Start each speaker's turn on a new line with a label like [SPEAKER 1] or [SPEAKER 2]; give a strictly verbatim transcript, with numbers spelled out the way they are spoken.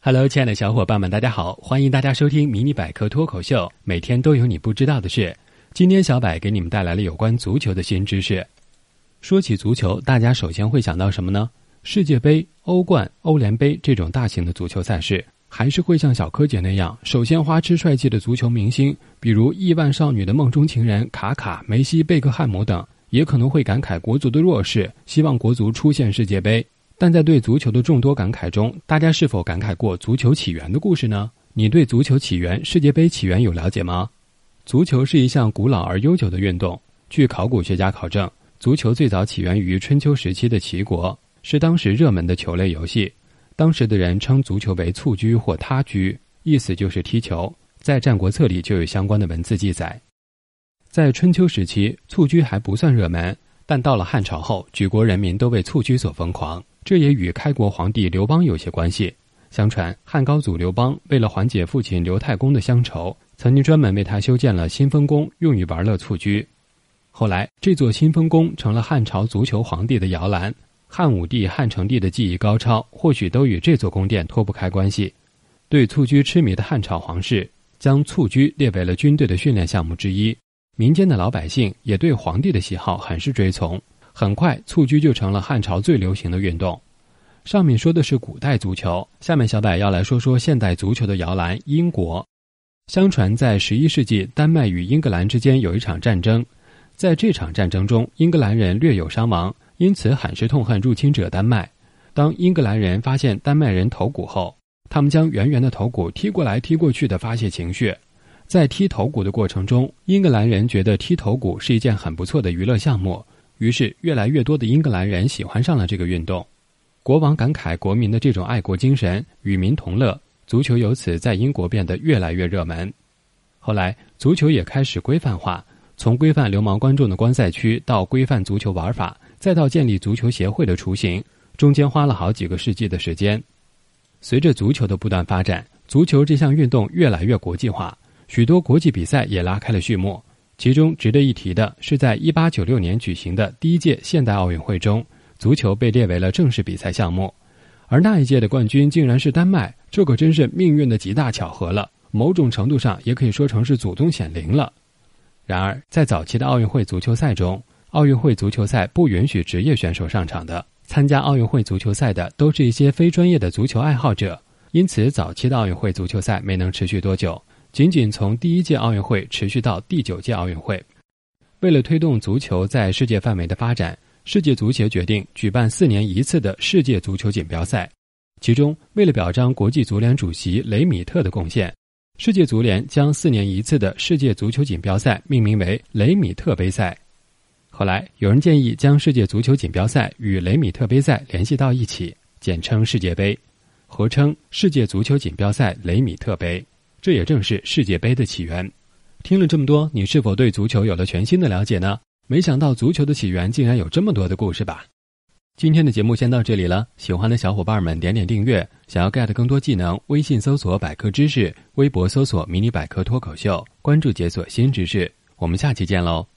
[SPEAKER 1] Hello， 亲爱的小伙伴们，大家好，欢迎大家收听迷你百科脱口秀，每天都有你不知道的事。今天小百给你们带来了有关足球的新知识。说起足球，大家首先会想到什么呢？世界杯、欧冠、欧联杯这种大型的足球赛事，还是会像小柯姐那样，首先花痴帅气的足球明星，比如亿万少女的梦中情人卡卡、梅西、贝克汉姆等，也可能会感慨国足的弱势，希望国足出现世界杯。但在对足球的众多感慨中，大家是否感慨过足球起源的故事呢？你对足球起源、世界杯起源有了解吗？足球是一项古老而悠久的运动。据考古学家考证，足球最早起源于春秋时期的齐国，是当时热门的球类游戏。当时的人称足球为蹴鞠或他鞠，意思就是踢球。在《战国策》里就有相关的文字记载。在春秋时期，蹴鞠还不算热门，但到了汉朝后，举国人民都为蹴鞠所疯狂。这也与开国皇帝刘邦有些关系。相传汉高祖刘邦为了缓解父亲刘太公的乡愁，曾经专门为他修建了新丰宫，用于玩乐蹴鞠。后来这座新丰宫成了汉朝足球皇帝的摇篮。汉武帝、汉成帝的技艺高超，或许都与这座宫殿脱不开关系。对蹴鞠痴迷的汉朝皇室将蹴鞠列为了军队的训练项目之一，民间的老百姓也对皇帝的喜好很是追从。很快蹴鞠就成了汉朝最流行的运动。上面说的是古代足球，下面小百要来说说现代足球的摇篮英国。相传在十一世纪，丹麦与英格兰之间有一场战争，在这场战争中，英格兰人略有伤亡，因此很是痛恨入侵者丹麦。当英格兰人发现丹麦人头骨后，他们将圆圆的头骨踢过来踢过去的发泄情绪。在踢头骨的过程中，英格兰人觉得踢头骨是一件很不错的娱乐项目，于是越来越多的英格兰人喜欢上了这个运动。国王感慨国民的这种爱国精神，与民同乐，足球由此在英国变得越来越热门。后来足球也开始规范化，从规范流氓观众的观赛区到规范足球玩法，再到建立足球协会的雏形，中间花了好几个世纪的时间。随着足球的不断发展，足球这项运动越来越国际化，许多国际比赛也拉开了序幕。其中值得一提的是，在一八九六年举行的第一届现代奥运会中，足球被列为了正式比赛项目，而那一届的冠军竟然是丹麦，这可真是命运的极大巧合了，某种程度上也可以说成是祖宗显灵了。然而在早期的奥运会足球赛中，奥运会足球赛不允许职业选手上场的，参加奥运会足球赛的都是一些非专业的足球爱好者，因此早期的奥运会足球赛没能持续多久，仅仅从第一届奥运会持续到第九届奥运会。为了推动足球在世界范围的发展，世界足协决定举办四年一次的世界足球锦标赛。其中为了表彰国际足联主席雷米特的贡献，世界足联将四年一次的世界足球锦标赛命名为雷米特杯赛。后来有人建议将世界足球锦标赛与雷米特杯赛联系到一起，简称世界杯，合称世界足球锦标赛雷米特杯。这也正是世界杯的起源。听了这么多，你是否对足球有了全新的了解呢？没想到足球的起源竟然有这么多的故事吧。今天的节目先到这里了，喜欢的小伙伴们点点订阅，想要 get 更多技能，微信搜索百科知识，微博搜索迷你百科脱口秀，关注解锁新知识。我们下期见喽。